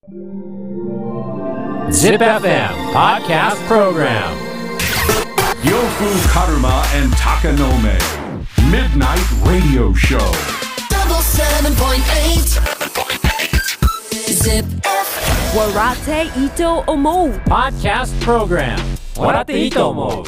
Zip FM Podcast Program Yofu Karuma and Takanome Midnight Radio Show. Double 7.8 Zip Warate Ito Omo Podcast Program 笑っていいと思う。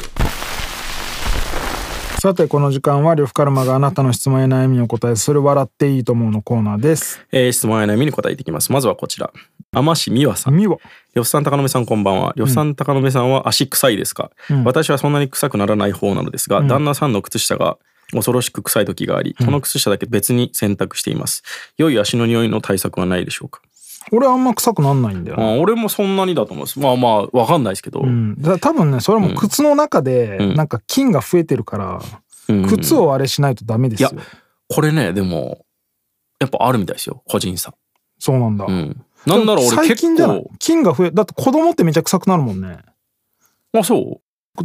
さてこの時間は呂布カルマがあなたの質問や悩みにお答えする笑っていいと思うのコーナーです。 質問や悩みに答えていきます。まずはこちら、天志美和さん。 美和、 呂布さん、高野目さん、こんばんは。呂布さん、高野目さんは足臭いですか？私はそんなに臭くならない方なのですが、旦那さんの靴下が恐ろしく臭い時があり、この靴下だけ別に洗濯しています。良い足の匂いの対策はないでしょうか？ 俺あんま臭くなんないんだよ、ね。 俺もそんなにだと思います。まあまあわかんないですけど、 多分ねそれも靴の中でなんか菌が増えてるから、靴をあれしないとダメですよ。 いやこれねでもやっぱあるみたいですよ、個人差。 そうなんだ。 なんなら俺結構最近じゃない菌が増え、だって子供ってめちゃ臭くなるもんね。 あ、そう？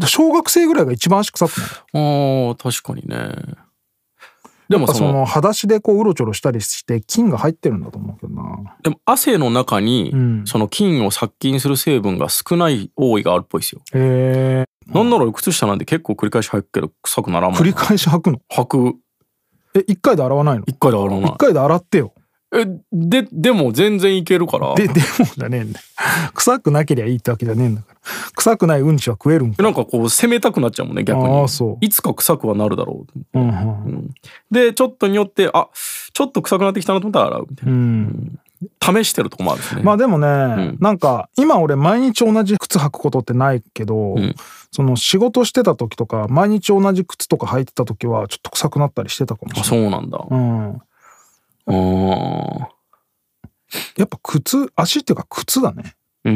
小学生ぐらいが一番足臭くなる。 確かにね。 でもその裸足でこううろちょろしたりして菌が入ってるんだと思うけどな。 でも汗の中にその菌を殺菌する成分が少ない多いがあるっぽいですよ。なんなら靴下なんて結構繰り返し履くけど臭くならんもん。 繰り返し履くの？ 履く。 一回で洗わないの？ 一回で洗わない。 一回で洗ってよ。 でも全然いけるから。 でもじゃねえんだよ。臭くなけりゃいいってわけじゃねえんだから。臭くないうんちは食えるんか。 なんかこう攻めたくなっちゃうもんね、逆に。 そう。 いつか臭くはなるだろう。でちょっとによってちょっと臭くなってきたなと思ったら洗うみたいな。試してるとこもあるんですね。 まあでもね、なんか今俺毎日同じ靴履くことってないけど、その仕事してた時とか毎日同じ靴とか履いてた時はちょっと臭くなったりしてたかもしれない。 そうなんだ。 やっぱ足っていうか靴だね。 で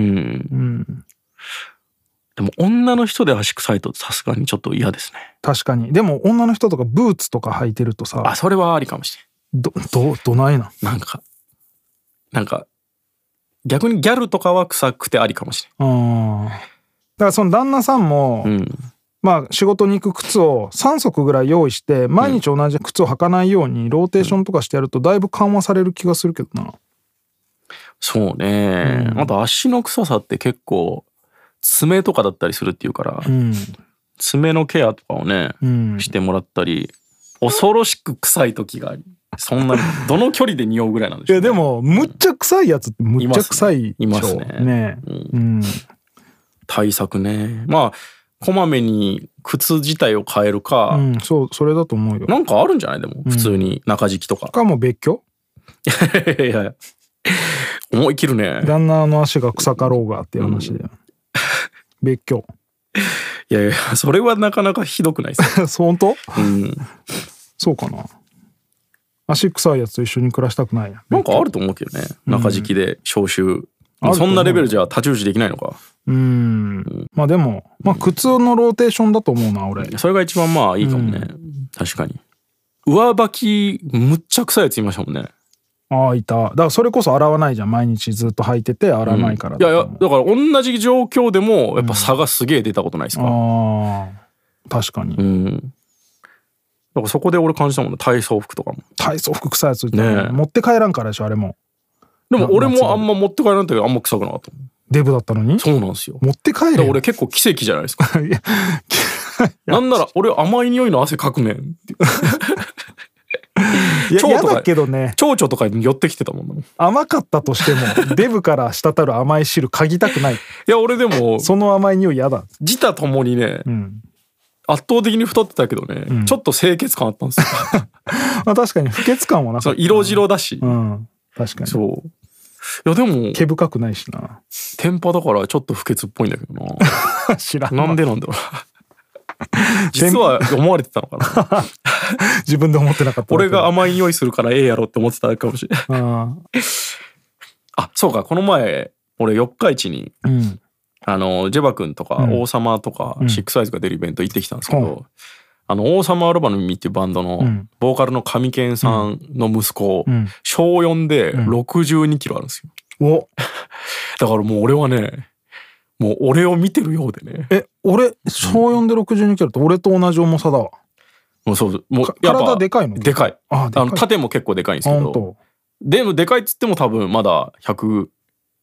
も女の人で足臭いとさすがにちょっと嫌ですね。 確かに。でも女の人とかブーツとか履いてるとさ、 それはありかもしれん。 どないな。 なんか逆にギャルとかは臭くてありかもしれん。 だからその旦那さんも、まあ仕事に行く靴を3足ぐらい用意して毎日同じ靴を履かないようにローテーションとかしてやるとだいぶ緩和される気がするけどな。 そうね。あと足の臭さって結構爪とかだったりするっていうから、爪のケアとかをね、してもらったり。恐ろしく臭い時があり、そんなにどの距離で匂うぐらいなんでしょう、ね。いやでもむっちゃ臭いやつってむっちゃ臭いでしょ。 いますね。対策ね。まあこまめに靴自体を変えるか、 それだと思うよ。 なんかあるんじゃない？でも普通に中敷きとか。 かも別居？ いや思い切るね。 旦那の足が臭かろうがっていう話だよ。別居。 いやそれはなかなかひどくないですか？ 本当？そうかな。足臭いやつと一緒に暮らしたくない。 なんかあると思うけどね。中敷きで消臭。そんなレベルじゃ太刀打ちできないのか。 まあでも靴のローテーションだと思うな俺。 それが一番まあいいかもね。確かに。上履きむっちゃ臭いやついましたもんね。 いた。だからそれこそ洗わないじゃん。毎日ずっと履いてて洗わないから。 いやだから同じ状況でもやっぱ差がすげえ出たことないですか？ 確かに。 だからそこで俺感じたもんね。体操服とかも。 体操服臭いやついたね。持って帰らんからでしょあれも。 でも俺もあんま持って帰らんけどあんま臭くなかった。 デブだったのに？ そうなんですよ。 持って帰れ。 俺結構奇跡じゃないですか。なんなら俺甘い匂いの汗かくねんって。 嫌だけどね。 蝶々とかに寄ってきてたもん。 甘かったとしてもデブから滴る甘い汁嗅ぎたくない。いや俺でもその甘い匂い嫌だ。 自他ともにね、圧倒的に太ってたけどね、ちょっと清潔感あったんですよ。 確かに不潔感はなかった。 色白だし、 確かに。 そう。いやでも毛深くないしな。 天パだからちょっと不潔っぽいんだけどな。 知らん。 なんでなんだろう。実は思われてたのかな。 自分で思ってなかった。 俺が甘い匂いするからやろって思ってたかもしれない。そうか、この前俺四日市に、ジェバ君とか王様とかシックスアイズが出るイベント行ってきたんですけど、王様アルバムミっていうバンドのボーカルの上健さんの息子、小4で62キロあるんですよ。だからもう俺はね、もう俺を見てるようでね。 俺小4で62キロって俺と同じ重さだわ。 もうそう、もうやっぱ体でかいの？ でかい。縦も結構でかいんですけど。でもでかいっつっても多分まだ150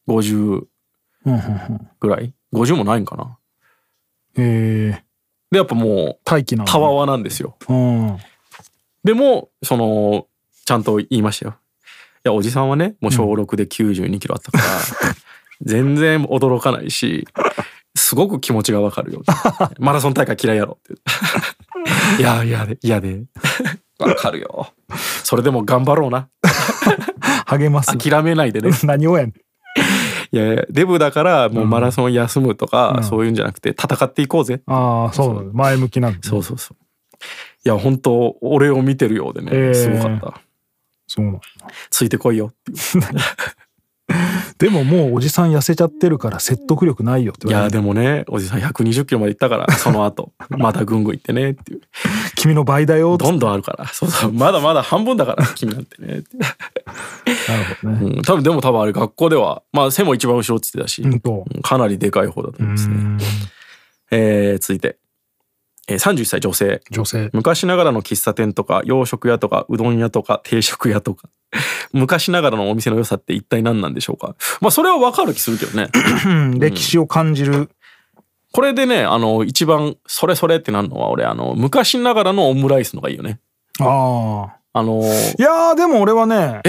50ぐらい、50もないんかな。でやっぱもう大気なたわわなんですよ。でもそのちゃんと言いましたよ。いやおじさんはねもう小6で92キロあったから、全然驚かないしすごく気持ちがわかるよマラソン大会嫌いやろっていや嫌でわかるよ、それでも頑張ろうな励ます諦めないでね何をやん。 いやデブだからもうマラソン休むとか、そういうんじゃなくて戦っていこうぜ。 そう前向きなんで、 そういや本当俺を見てるようでね、すごかった。 そうなんだ。 ついてこいよっていうでももうおじさん痩せちゃってるから説得力ないよって言われる。 いやでもねおじさん120キロまで行ったからその後またぐんぐん行ってねっていう君の倍だよどんどんあるから、そうまだまだ半分だから君なんてねってなるほどね、 多分あれ学校ではまあ背も一番後ろって言ってたし、かなりでかい方だと思いますね。続いて31歳女性。昔ながらの喫茶店とか洋食屋とかうどん屋とか定食屋とか昔ながらのお店の良さって一体何なんでしょうか。まあそれは分かる気するけどね歴史を感じる。 これでね一番それってなるのは俺昔ながらのオムライスのがいいよね。 いやでも俺はね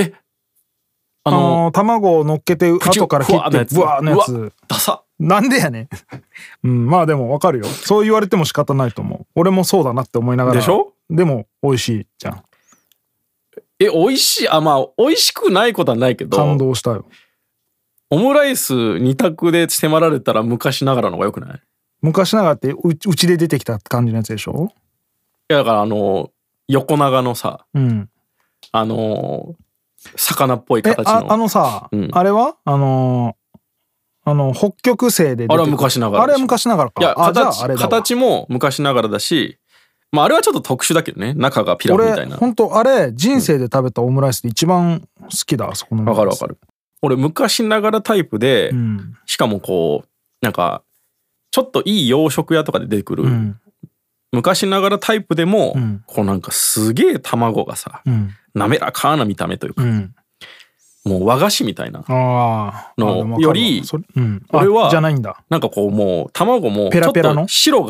卵を乗っけて後から切ってブワーのやつダサなんでやねんまあでも分かるよ、そう言われても仕方ないと思う。俺もそうだなって思いながら。 でしょ。でも美味しいじゃん。 美味しいまあ美味しくないことはないけど感動したよ。 オムライス2択で迫られたら昔ながらの方がよくない？ 昔ながらってうちで出てきた感じのやつでしょ。 いやだから横長のさ、魚っぽい形のさ、あれは北極星で出てくる。 あれは昔ながら。 あれは昔ながらか。 いや形も昔ながらだし、まああれはちょっと特殊だけどね、中がピラフみたいな。 俺本当あれ人生で食べたオムライスで一番好きだ、あそこの。 わかる。俺昔ながらタイプで、しかもこうなんかちょっといい洋食屋とかで出てくる、昔ながらタイプでも、こうなんかすげえ卵がさ、滑らかな見た目というか、もう和菓子みたいなのより、俺はじゃないんだ。 なんかこうもう卵もちょっと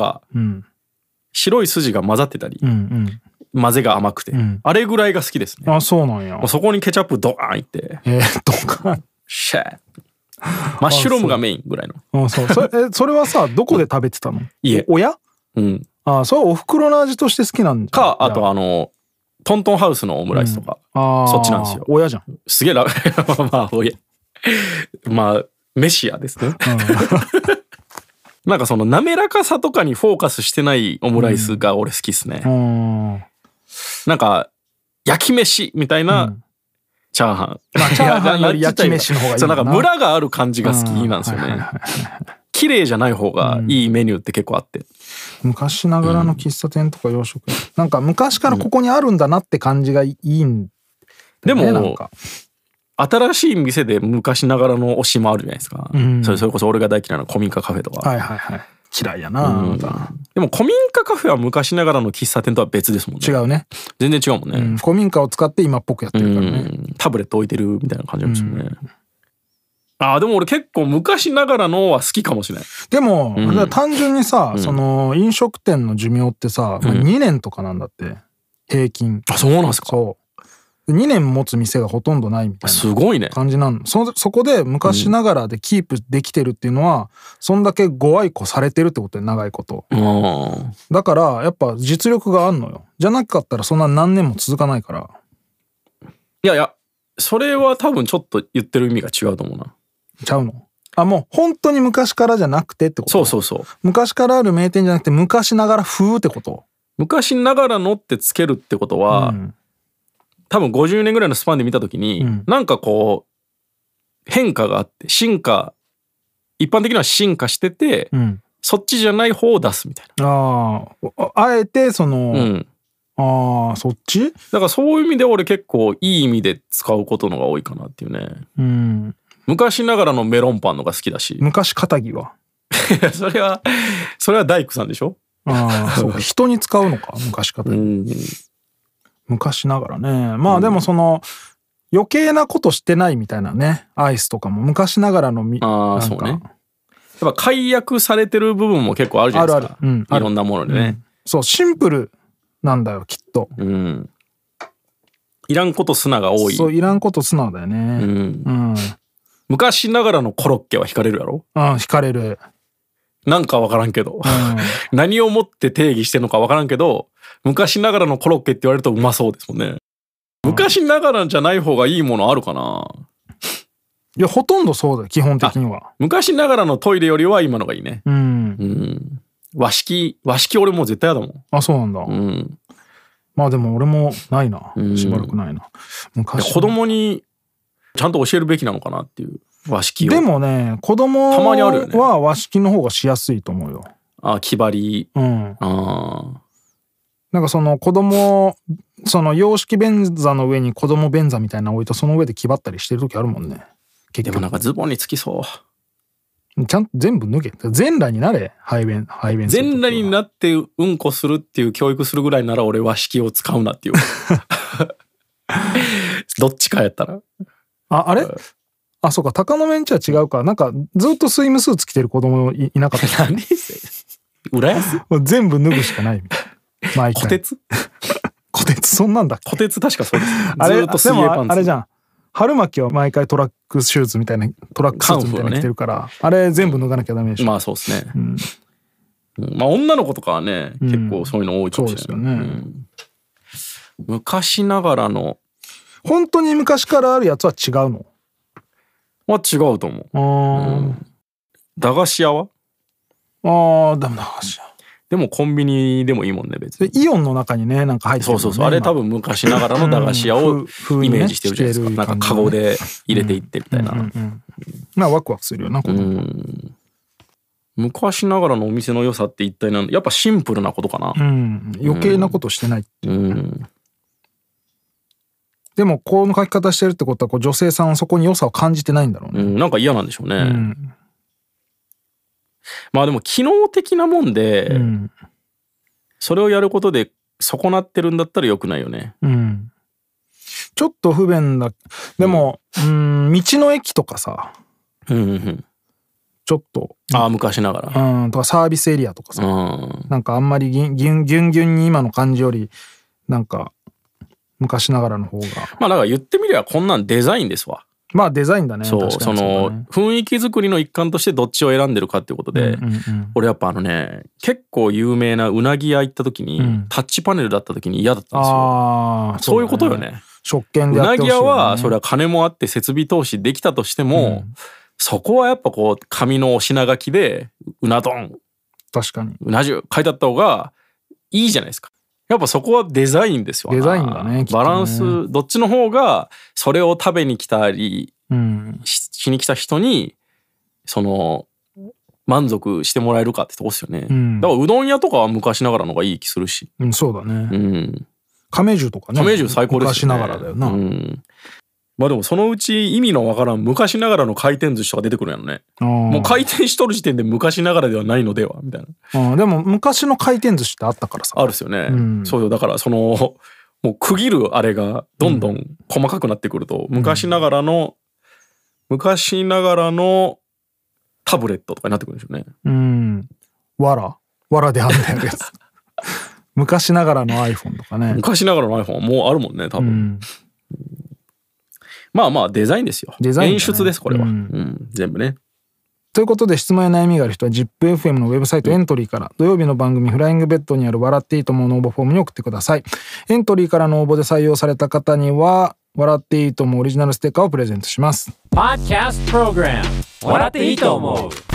白い筋が混ざってたり、混ぜが甘くて、あれぐらいが好きですね。 そうなんや。 そこにケチャップドーンいってドカンシャーマッシュルームがメインぐらいの。 それはさどこで食べてたの？ 家。 親？それお袋の味として好きなんじゃん。 かあとトントンハウスのオムライスとか、そっちなんですよ。 親じゃん。 すげえまあ親まあメシアですね、なんかその滑らかさとかにフォーカスしてないオムライスが俺好きっすね。なんか焼き飯みたいなチャーハン、 チャーハンより焼き飯の方がいいな。 なんかムラがある感じが好きなんですよね。綺麗じゃない方がいいメニューって結構あって、 昔ながらの喫茶店とか洋食、なんか昔からここにあるんだなって感じがいいんだよね。 でも新しい店で昔ながらの推しもあるじゃないですか、それこそ俺が大嫌いな古民家カフェとか。 嫌いやな、 でも古民家カフェは昔ながらの喫茶店とは別ですもんね。 違うね、 全然違うもんね、 古民家を使って今っぽくやってるからね、 タブレット置いてるみたいな感じなんですよね。でも俺結構昔ながらのは好きかもしれない。 でも、単純にさ、その飲食店の寿命ってさ、2年とかなんだって平均。 そうなんですか。 2年持つ店がほとんどないみたいな感じなの。そこで昔ながらでキープできてるっていうのは、そんだけご愛顧されてるってことで、長いこと。だからやっぱ実力があんのよ。じゃなかったらそんな何年も続かないから。 いやそれは多分ちょっと言ってる意味が違うと思うな。 ちゃうの？もう本当に昔からじゃなくてってこと？ そう。 昔からある名店じゃなくて昔ながら風ってこと？ 昔ながらのってつけるってことは、多分50年ぐらいのスパンで見た時に、なんかこう変化があって一般的には進化してて、そっちじゃない方を出すみたいな。 あえてその、そっち？ だからそういう意味で俺結構いい意味で使うことのが多いかなっていうね。昔ながらのメロンパンのが好きだし。 昔かたぎはそれは大工さんでしょ。 そう人に使うのか昔かたぎ。昔ながらね。まあでもその余計なことしてないみたいなね。アイスとかも昔ながらのそうね。やっぱ解約されてる部分も結構あるじゃないですか。ある。いろんなものでね。 そう、シンプルなんだよ、きっと。 いらんこと砂が多い。 そう、いらんこと砂だよね。 昔ながらのコロッケは惹かれるやろ？ 惹かれる。 なんかわからんけど。何をもって定義してんのかわからんけど、昔ながらのコロッケって言われるとうまそうですもんね。昔ながらじゃない方がいいものあるかな？ いや、ほとんどそうだよ、基本的には。 昔ながらのトイレよりは今のがいいね。和式俺もう絶対嫌だもん。 あ、そうなんだ。まあでも俺もないな。しばらくないな。 昔子供にちゃんと教えるべきなのかなっていう和式を。 でもね、子供たまにあるよね。 は和式の方がしやすいと思うよ。 気張り。 なんかその子供、その洋式便座の上に子供便座みたいなの置いてその上で気張ったりしてる時あるもんね。 でもなんかズボンにつきそう。 ちゃんと全部脱げ。全裸になれ。排便全裸になってうんこするっていう教育するぐらいなら俺和式を使うなっていう。どっちかやったら。 あれ？そうか、鷹の目んちは違うか。なんかずっとスイムスーツ着てる子供 いなかった。 何浦安？ 全部脱ぐしかないみたいな。毎回。 虎鉄？ 虎鉄そんなんだっけ？ 虎鉄確かそうです。 ずっと水泳パンツ。あれじゃん。春巻きは毎回トラックシューズみたいな、トラックスーツみたいな着てるから、あれ全部脱がなきゃダメでしょ。 まあそうですね。まあ女の子とかはね、結構そういうの多いかもしれない。 そうですよね。 昔ながらの。 本当に昔からあるやつは違うの？ 違うと思う。駄菓子屋は？ でも駄菓子屋。 でもコンビニでもいいもんね、別に。 イオンの中にね、なんか入ってる、ね。 そう。あれ多分昔ながらの駄菓子屋をイメージしてるじゃないですか。なんかカゴで入れていってみたいな。 まあワクワクするよな、 昔ながらのお店の良さって一体やっぱシンプルなことかな。 余計なことしてないっていう。でもこの書き方してるってことは女性さんはそこに良さを感じてないんだろうね。 なんか嫌なんでしょうね。まあでも機能的なもんで、それをやることで損なってるんだったら良くないよね。 ちょっと不便だ。でも、道の駅とかさ、ちょっと昔ながら、 とかサービスエリアとかさ、なんかあんまりギュンに今の感じよりなんか昔ながらの方が。 まあだから言ってみればこんなんデザインですわ。 まあデザインだね。 その雰囲気作りの一環としてどっちを選んでるかっていうことで、俺やっぱ結構有名なうなぎ屋行った時に、タッチパネルだった時に嫌だったんですよ。そういうことよね。 食券でやってほしいよね。 うなぎ屋はそれは金もあって設備投資できたとしても、そこはやっぱこう紙のお品書きでうな丼、 確かにうな重書いてあった方がいいじゃないですか。やっぱそこはデザインですよ。 デザインだね。 バランス、どっちの方がそれを食べに来たり、しに来た人にその満足してもらえるかってとこですよね。だからうどん屋とかは昔ながらのがいい気するし。 そうだね。亀十とかね。 亀十最高ですよね。 昔ながらだよな。 まあでもそのうち意味のわからん昔ながらの回転寿司とか出てくるんやろね。もう回転しとる時点で昔ながらではないのではみたいな。でも昔の回転寿司ってあったからさ。 あるっすよね。そうよ。だからそのもう区切るあれがどんどん細かくなってくると、昔ながらのタブレットとかになってくるんでしょうね。 わらであんだよやつ。昔ながらの iPhone とかね。 昔ながらの iPhone はもうあるもんね多分。まあデザインですよ。デザイン、ね、演出ですこれは、全部ね。 ということで質問や悩みがある人は ZIPFM のウェブサイトエントリーから土曜日の番組フライングベッドにある笑っていいともの応募フォームに送ってください。エントリーからの応募で採用された方には笑っていいともオリジナルステッカーをプレゼントします。 Podcast Program 笑っていいと思う。